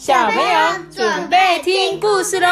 小朋友准备听故事咯。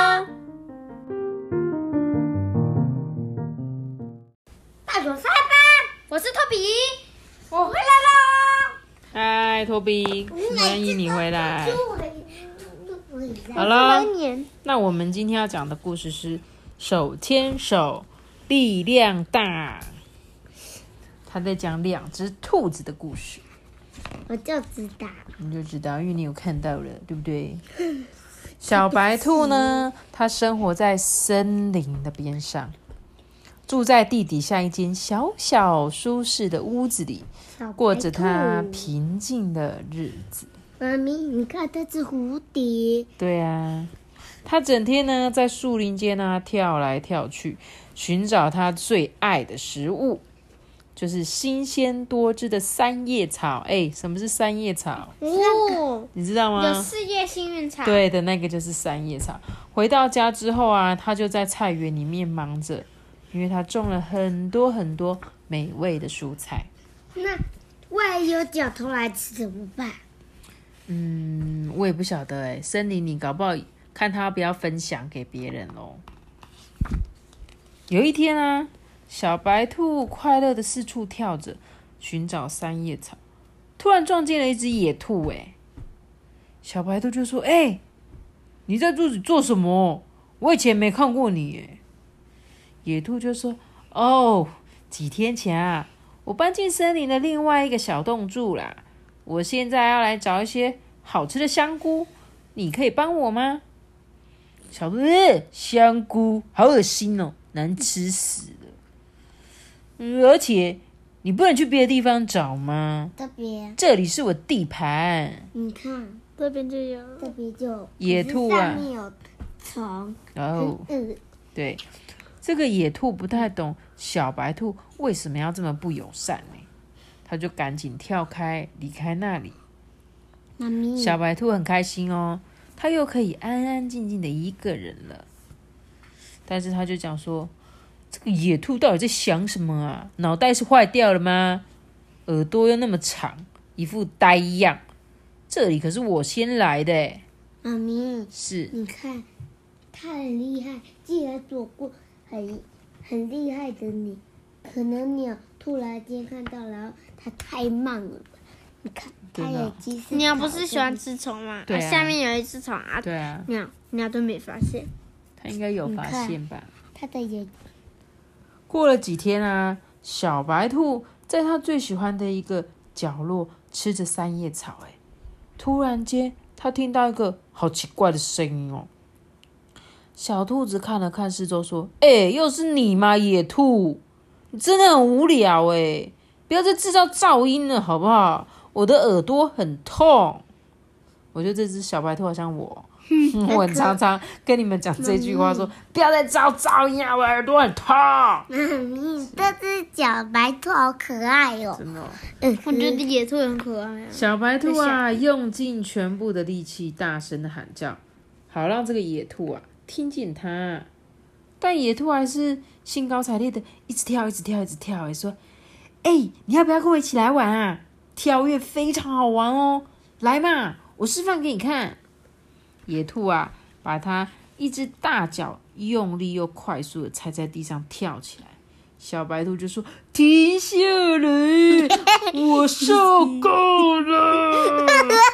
大手沙巴，我是托比，我回来喽。 嗨，托比，欢迎你回来。好了，那我们今天要讲的故事是手牵手，力量大。他在讲两只兔子的故事。 我就知道， 你就知道，因为你有看到了，对不对？小白兔呢，它生活在森林的边上，住在地底下一间小小舒适的屋子里，过着它平静的日子。 妈咪，你看这只蝴蝶。 对啊，它整天呢在树林间呢跳来跳去，寻找它最爱的食物。就是新鲜多汁的三叶草。什么是三叶草？你知道吗？ 有4叶幸运草。 对的，那个就是三叶草。回到家之后啊，他就在菜园里面忙着，因为他种了很多很多美味的蔬菜。 那万一有脚偷来吃怎么办？ 我也不晓得森林里搞不好看他要不要分享给别人咯。有一天啊，小白兔快乐的四处跳着，寻找三叶草，突然撞见了一只野兔。小白兔就说：你在这里做什么？我以前没看过你。野兔就说：几天前啊，我搬进森林的另外一个小洞住啦，我现在要来找一些好吃的香菇，你可以帮我吗？小兔香菇好恶心哦，难吃死了。而且你不能去别的地方找吗？这里是我地盘。 你看这边就有，这边就有野兔啊， 上面有虫。 对，这个野兔不太懂小白兔为什么要这么不友善呢？他就赶紧跳开，离开那里。 妈咪， 小白兔很开心哦，他又可以安安静静的一个人了。但是他就讲说，这个野兔到底在想什么啊？脑袋是坏掉了吗？耳朵又那么长，一副呆样。这里可是我先来的。 妈咪， 是， 你看他很厉害，竟然躲过很厉害的你。可能鸟突然间看到，然后它太慢了。你看，它也及时。 鸟不是喜欢吃虫吗？ 对啊， 下面有一只虫啊。 对啊， 鸟都没发现。 它应该有发现吧？ 它的眼。 过了几天啊，小白兔在它最喜欢的一个角落吃着三叶草。突然间，它听到一个好奇怪的声音哦。小兔子看了看四周，说：又是你吗，野兔？你真的很无聊不要再制造噪音了好不好？我的耳朵很痛。我觉得这只小白兔好像我我很常常跟你们讲这句话说，不要再制造噪音啊，我耳朵很痛。 这只小白兔好可爱哦。 真的我觉得野兔很可爱。 小白兔啊，用尽全部的力气大声的喊叫，好让这个野兔啊听见它。但野兔还是兴高采烈的一直跳说，你要不要跟我一起来玩啊？跳跃非常好玩哦，来嘛，我示范给你看。野兔啊，把它一只大脚用力又快速的踩在地上跳起来。小白兔就说：停下来，我受够了，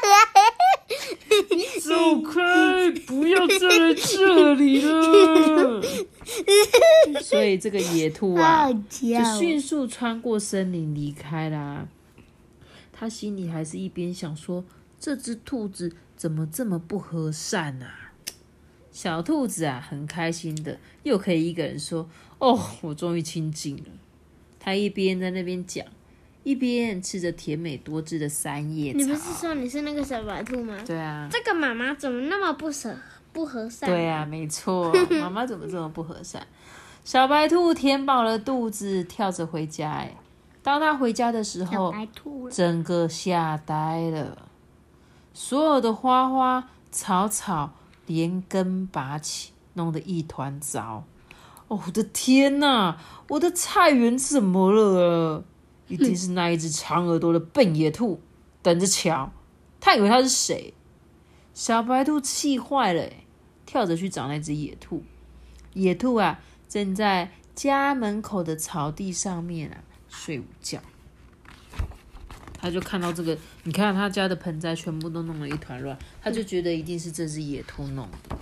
走开，不要再来这里了。所以这个野兔啊，就迅速穿过森林离开啦。他心里还是一边想说，这只兔子怎么这么不和善啊？小兔子啊，很开心的，又可以一个人说：我终于清静了。他一边在那边讲，一边吃着甜美多汁的三叶草。 你不是说你是那个小白兔吗？ 对啊。 这个妈妈怎么那么不和善？ 对啊，没错，妈妈怎么这么不和善？小白兔填饱了肚子，跳着回家。当他回家的时候，整个吓呆了。所有的花花草草连根拔起，弄得一团糟。我的天哪，我的菜园怎么了？一定是那一只长耳朵的笨野兔，等着瞧。他以为他是谁？ 小白兔气坏了，跳着去找那只野兔。野兔啊，正在家门口的草地上面睡午觉。他就看到这个，你看他家的盆栽全部都弄了一团乱，他就觉得一定是这只野兔弄的。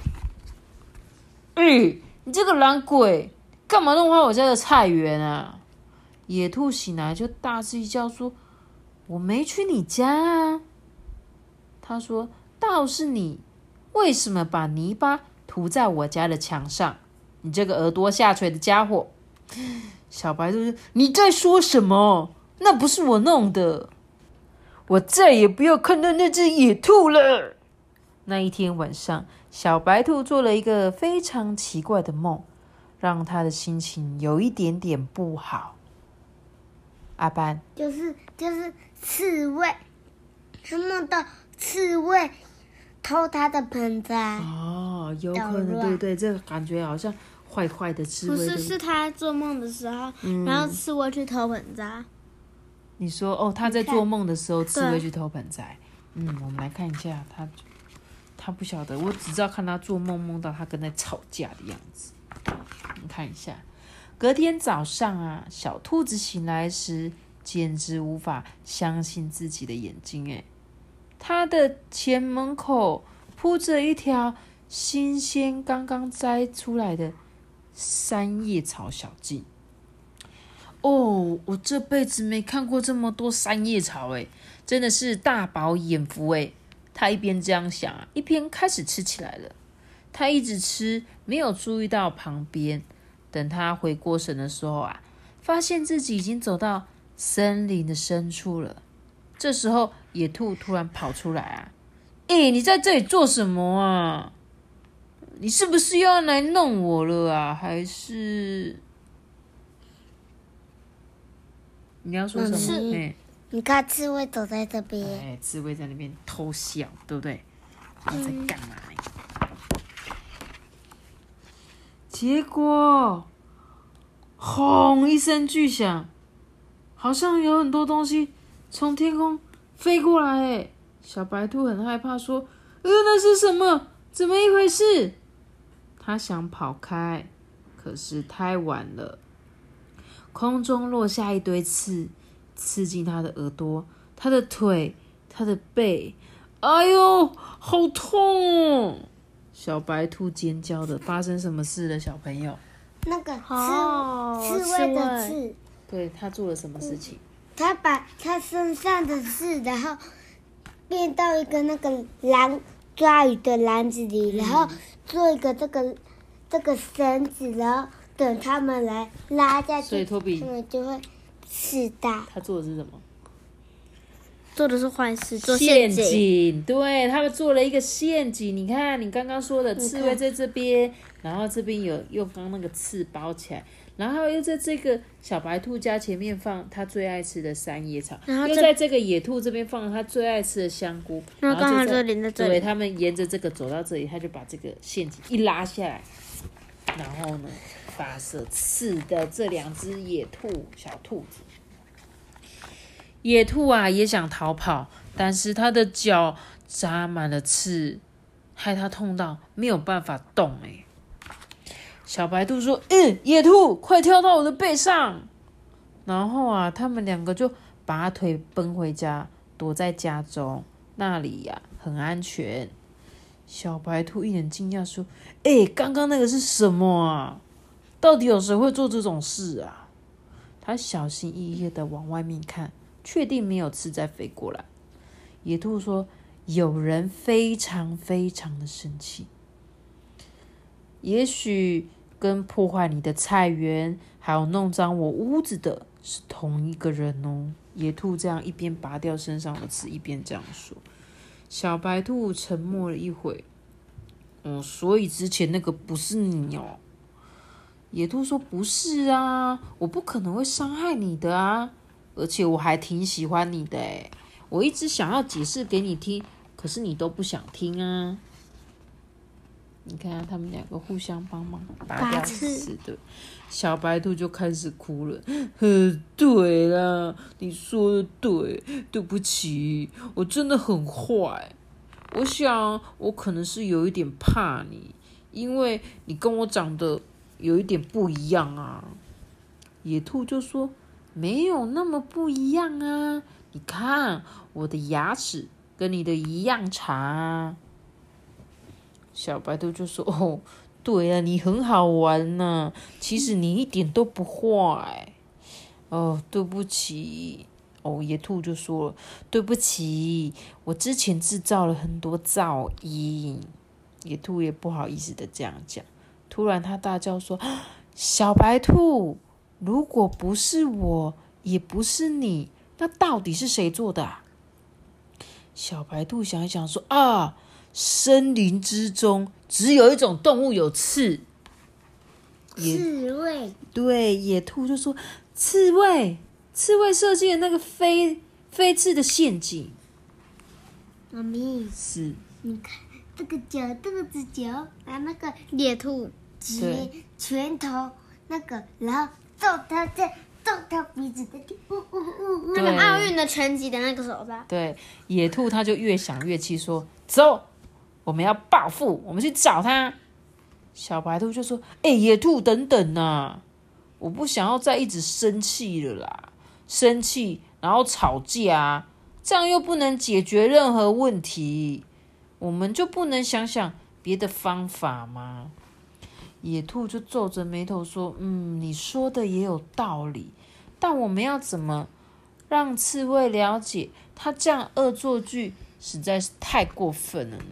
你这个懒鬼，干嘛弄坏我家的菜园啊？野兔醒来就大声一叫说：“我没去你家啊！”他说：“倒是你，为什么把泥巴涂在我家的墙上？你这个耳朵下垂的家伙！”小白兔说：“你在说什么？那不是我弄的。我再也不要看到那只野兔了。”那一天晚上，小白兔做了一个非常奇怪的梦，让他的心情有一点点不好。阿班， 就是刺猬，他梦到刺猬偷他的盆栽。 有可能，对不对？这个感觉好像坏坏的刺猬。 不是，是他做梦的时候，然后刺猬去偷盆栽。 你说他在做梦的时候，刺猬去偷盆栽。我们来看一下他不晓得，我只知道看他做梦梦到他跟在吵架的样子。你看一下，隔天早上小兔子醒来时，简直无法相信自己的眼睛。它的前门口铺着一条新鲜刚刚摘出来的三叶草小径。我这辈子没看过这么多三叶草，真的是大饱眼福。他一边这样想一边开始吃起来了。他一直吃，没有注意到旁边。等他回过神的时候发现自己已经走到森林的深处了。这时候野兔突然跑出来你在这里做什么啊？你是不是又要来弄我了还是你要说什么？ 你看刺猬走在这边， 刺猬在那边偷笑，对不对？你在干嘛结果轰一声巨响，好像有很多东西从天空飞过来。小白兔很害怕说：“那是什么？怎么一回事？”他想跑开，可是太晚了。空中落下一堆刺，刺进他的耳朵、他的腿、他的背。哎呦，好痛哦！小白兔尖叫的。发生什么事了，小朋友？ 那个刺猬的刺， 对，他做了什么事情？ 他把他身上的刺，然后变到一个那个抓鱼的篮子里，然后做一个这个绳子，然后等他们来拉下去， 所以托比他们就会刺到。 他做的是什么？ 做的是坏事，做陷阱。 对，他们做了一个陷阱。你看，你刚刚说的刺猬在这边，然后这边有用刚那个刺包起来，然后又在这个小白兔家前面放他最爱吃的三叶草， 然后又在这个野兔这边放他最爱吃的香菇， 然后刚好就就连在这里。 对，他们沿着这个走到这里，他就把这个陷阱一拉下来，然后呢，发射刺的这两只小兔子。野兔也想逃跑，但是它的脚扎满了刺，害它痛到没有办法动。小白兔说：“野兔，快跳到我的背上！”然后他们两个就拔腿奔回家，躲在家中，那里很安全。小白兔一脸惊讶说：“刚刚那个是什么啊？到底有谁会做这种事啊？”他小心翼翼的往外面看，确定没有刺再飞过来。野兔说：“有人非常非常的生气，也许跟破坏你的菜园还有弄脏我屋子的是同一个人哦。”野兔这样一边拔掉身上的刺，一边这样说。小白兔沉默了一会，所以之前那个不是你哦。野兔说：“不是啊，我不可能会伤害你的啊，而且我还挺喜欢你的我一直想要解释给你听，可是你都不想听啊。”你看他们两个互相帮忙拔掉刺的，小白兔就开始哭了。对啦，你说的对，对不起，我真的很坏。 我想我可能是有一点怕你，因为你跟我长得有一点不一样啊。野兔就说：“没有那么不一样啊，你看我的牙齿跟你的一样长啊。”小白兔就说：“哦，对啊，你很好玩呢，其实你一点都不坏。”哦，对不起。哦，野兔就说了：“对不起，我之前制造了很多噪音。”野兔也不好意思的这样讲。突然他大叫说：“小白兔，如果不是我，也不是你，那到底是谁做的啊？”小白兔想一想说：“啊，森林之中只有一种动物有刺。” 刺猬。 对，野兔就说：“刺猬设计的那个飞刺的陷阱。” 妈咪， 是， 你看这个指甲，拿那个野兔拳头那个，然后揍他鼻子的， 那个奥运的拳击的那个手吧。 对，野兔他就越想越气，说：“走，我们要报复，我们去找他。”小白兔就说：“野兔等等啊，我不想要再一直生气了啦，生气然后吵架，这样又不能解决任何问题，我们就不能想想别的方法吗？”野兔就皱着眉头说：“你说的也有道理，但我们要怎么让刺猬了解他这样恶作剧实在是太过分了呢？”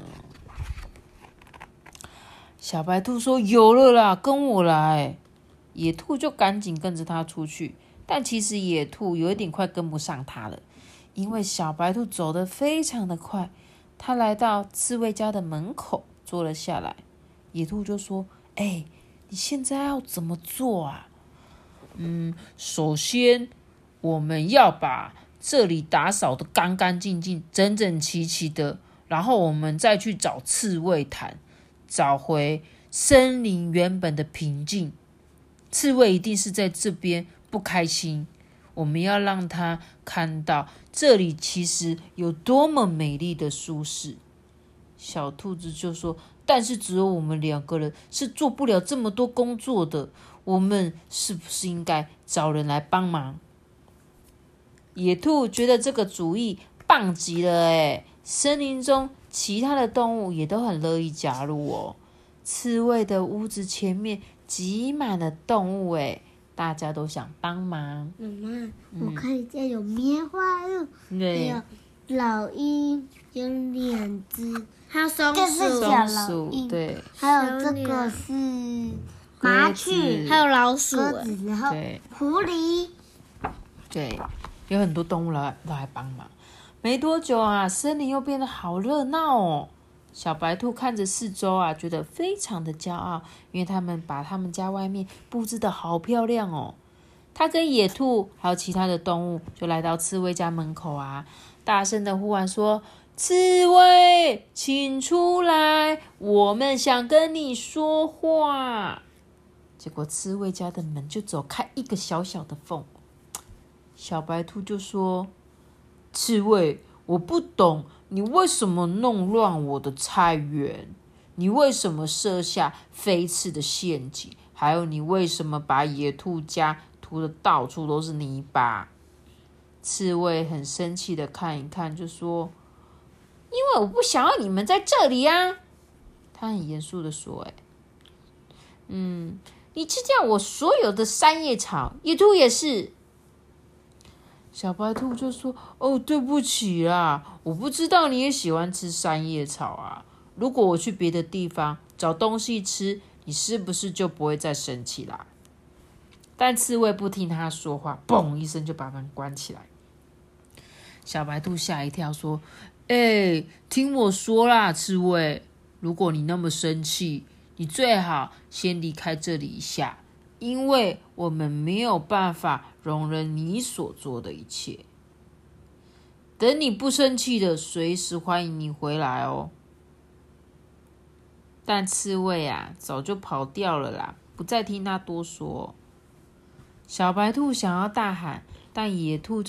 小白兔说：“有了啦，跟我来。”野兔就赶紧跟着他出去，但其实野兔有一点快跟不上他了，因为小白兔走得非常的快。他来到刺猬家的门口坐了下来，野兔就说：“你现在要怎么做啊？”首先我们要把这里打扫得干干净净、整整齐齐的，然后我们再去找刺猬谈，找回森林原本的平静。刺猬一定是在这边不开心，我们要让他看到这里其实有多么美丽的舒适。小兔子就说：“但是只有我们2个人是做不了这么多工作的，我们是不是应该找人来帮忙？”野兔觉得这个主意棒极了森林中其他的动物也都很乐意加入哦。刺猬的屋子前面挤满了动物大家都想帮忙。 妈妈，我看见有棉花鹿，还对， 有老鹰，有2只， 还有松这是鼠， 小松鼠， 老鹰， 对， 还有这个是麻雀， 还有老鼠鸽子，然后对狐狸。 对，有很多动物来帮忙。没多久啊，森林又变得好热闹哦。小白兔看着四周啊，觉得非常的骄傲，因为他们把他们家外面布置得好漂亮哦。他跟野兔还有其他的动物就来到刺猬家门口啊，大声的呼喊说：“刺猬，请出来，我们想跟你说话。”结果刺猬家的门就只开一个小小的缝。小白兔就说：“刺猬，我不懂你为什么弄乱我的菜园，你为什么设下飞刺的陷阱，还有你为什么把野兔家涂得到处都是泥巴？”刺猬很生气的看一看，就说：“因为我不想要你们在这里啊。”他很严肃的说：“你吃掉我所有的三叶草，野兔也是。”小白兔就说：“哦，对不起啦，我不知道你也喜欢吃三叶草啊。如果我去别的地方找东西吃，你是不是就不会再生气啦？”但刺猬不听他说话，嘣一声就把门关起来。小白兔吓一跳，说：“听我说啦，刺猬，如果你那么生气，你最好先离开这里一下，因为我们没有办法容忍你所做的一切。等你不生气的，随时欢迎你回来哦。”但刺猬啊，早就跑掉了啦，不再听他多说。小白兔想要大喊，但野兔就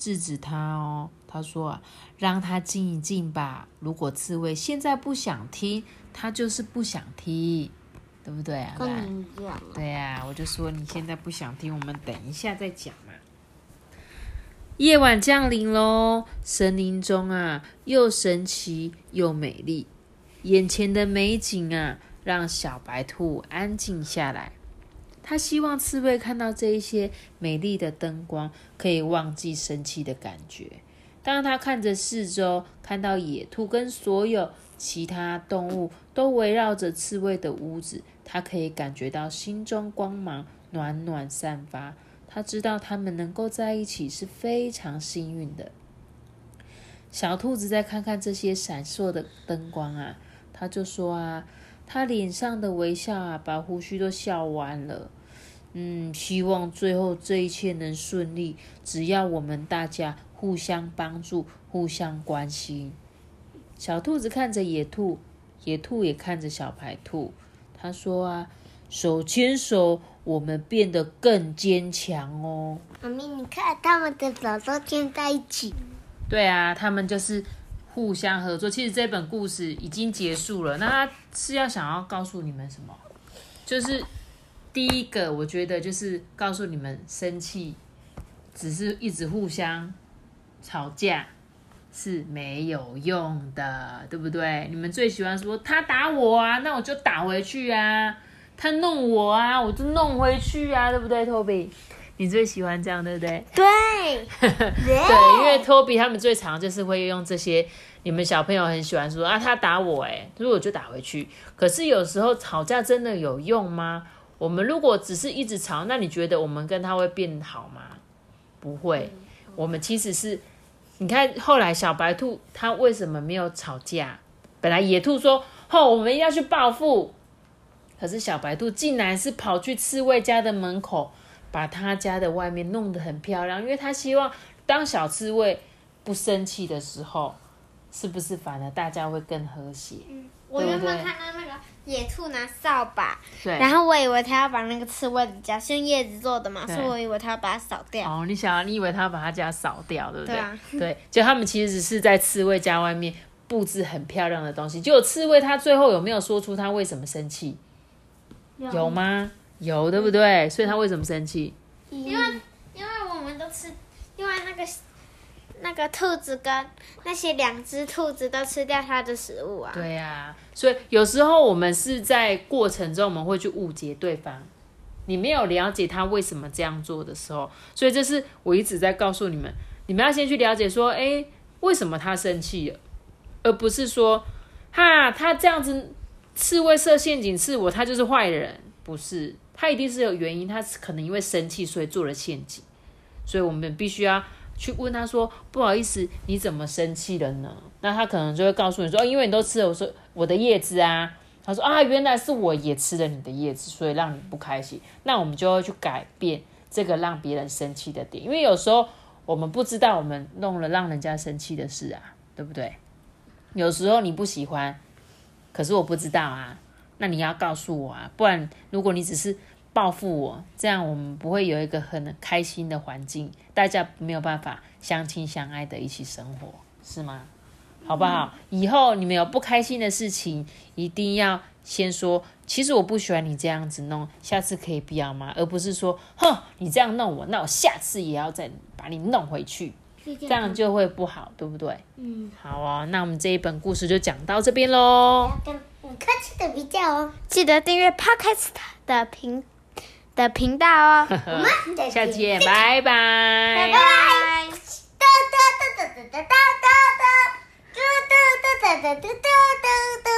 制止他哦。他说啊，让他静一静吧。如果刺猬现在不想听，他就是不想听，对不对啊？ 跟你一样。 对啊，我就说你现在不想听，我们等一下再讲嘛。夜晚降临咯，森林中啊，又神奇又美丽。眼前的美景啊，让小白兔安静下来。他希望刺猬看到这一些美丽的灯光，可以忘记生气的感觉。当他看着四周，看到野兔跟所有其他动物都围绕着刺猬的屋子，他可以感觉到心中光芒暖暖散发。他知道他们能够在一起是非常幸运的。小兔子再看看这些闪烁的灯光啊，他就说啊，他脸上的微笑啊，把胡须都笑弯了。希望最后这一切能顺利，只要我们大家互相帮助，互相关心。小兔子看着野兔，野兔也看着小白兔。他说啊，手牵手，我们变得更坚强哦。 妈咪，你看他们的手都牵在一起。 对啊，他们就是互相合作。其实这本故事已经结束了，那他是要想要告诉你们什么？就是第一个，我觉得就是告诉你们，生气只是一直互相吵架是没有用的，对不对？你们最喜欢说他打我啊，那我就打回去啊；他弄我啊，我就弄回去啊，对不对，Toby？你最喜欢这样，对不对？ 对， 对，因为 Toby 他们最常就是会用这些，你们小朋友很喜欢说啊，他打我，所以我就打回去。可是有时候吵架真的有用吗？我们如果只是一直吵，那你觉得我们跟他会变好吗？不会。我们其实是，你看后来小白兔他为什么没有吵架？本来野兔说，我们要去报复，可是小白兔竟然是跑去刺猬家的门口，把他家的外面弄得很漂亮，因为他希望当小刺猬不生气的时候，是不是反而大家会更和谐？ 我原本看到那个野兔拿扫把， 对， 然后我以为他要把那个刺猬的家是用叶子做的嘛，所以我以为他要把它扫掉。 哦，你以为他把他家扫掉，对不对？ 对啊， 对，就他们其实是在刺猬家外面布置很漂亮的东西。结果刺猬他最后有没有说出他为什么生气？有吗？有，对不对？所以他为什么生气？ 因为我们都吃，因为那个兔子跟那些2只兔子都吃掉它的食物啊。 对啊，所以有时候我们是在过程中我们会去误解对方，你没有了解他为什么这样做的时候，所以这是我一直在告诉你们，你们要先去了解说，为什么他生气了，而不是说，他这样子刺猬设陷阱刺我，他就是坏人，不是，他一定是有原因，他可能因为生气所以做了陷阱，所以我们必须要去问他说，不好意思，你怎么生气了呢？那他可能就会告诉你说，因为你都吃了我的叶子啊。他说啊，原来是我也吃了你的叶子，所以让你不开心。那我们就会去改变这个让别人生气的点，因为有时候我们不知道我们弄了让人家生气的事啊，对不对？有时候你不喜欢，可是我不知道啊，那你要告诉我啊，不然如果你只是报复我，这样我们不会有一个很开心的环境，大家没有办法相亲相爱的一起生活，是吗？好不好？以后你们有不开心的事情，一定要先说，其实我不喜欢你这样子弄，下次可以不要吗？而不是说，你这样弄我，那我下次也要再把你弄回去，这样就会不好，对不对？好哦，那我们这一本故事就讲到这边咯。 跟客气的比较哦， 记得订阅 Podcast 的频道哦。 我们下次见，拜拜， 拜拜。 哒哒哒哒哒哒哒哒哒哒哒哒哒哒哒哒。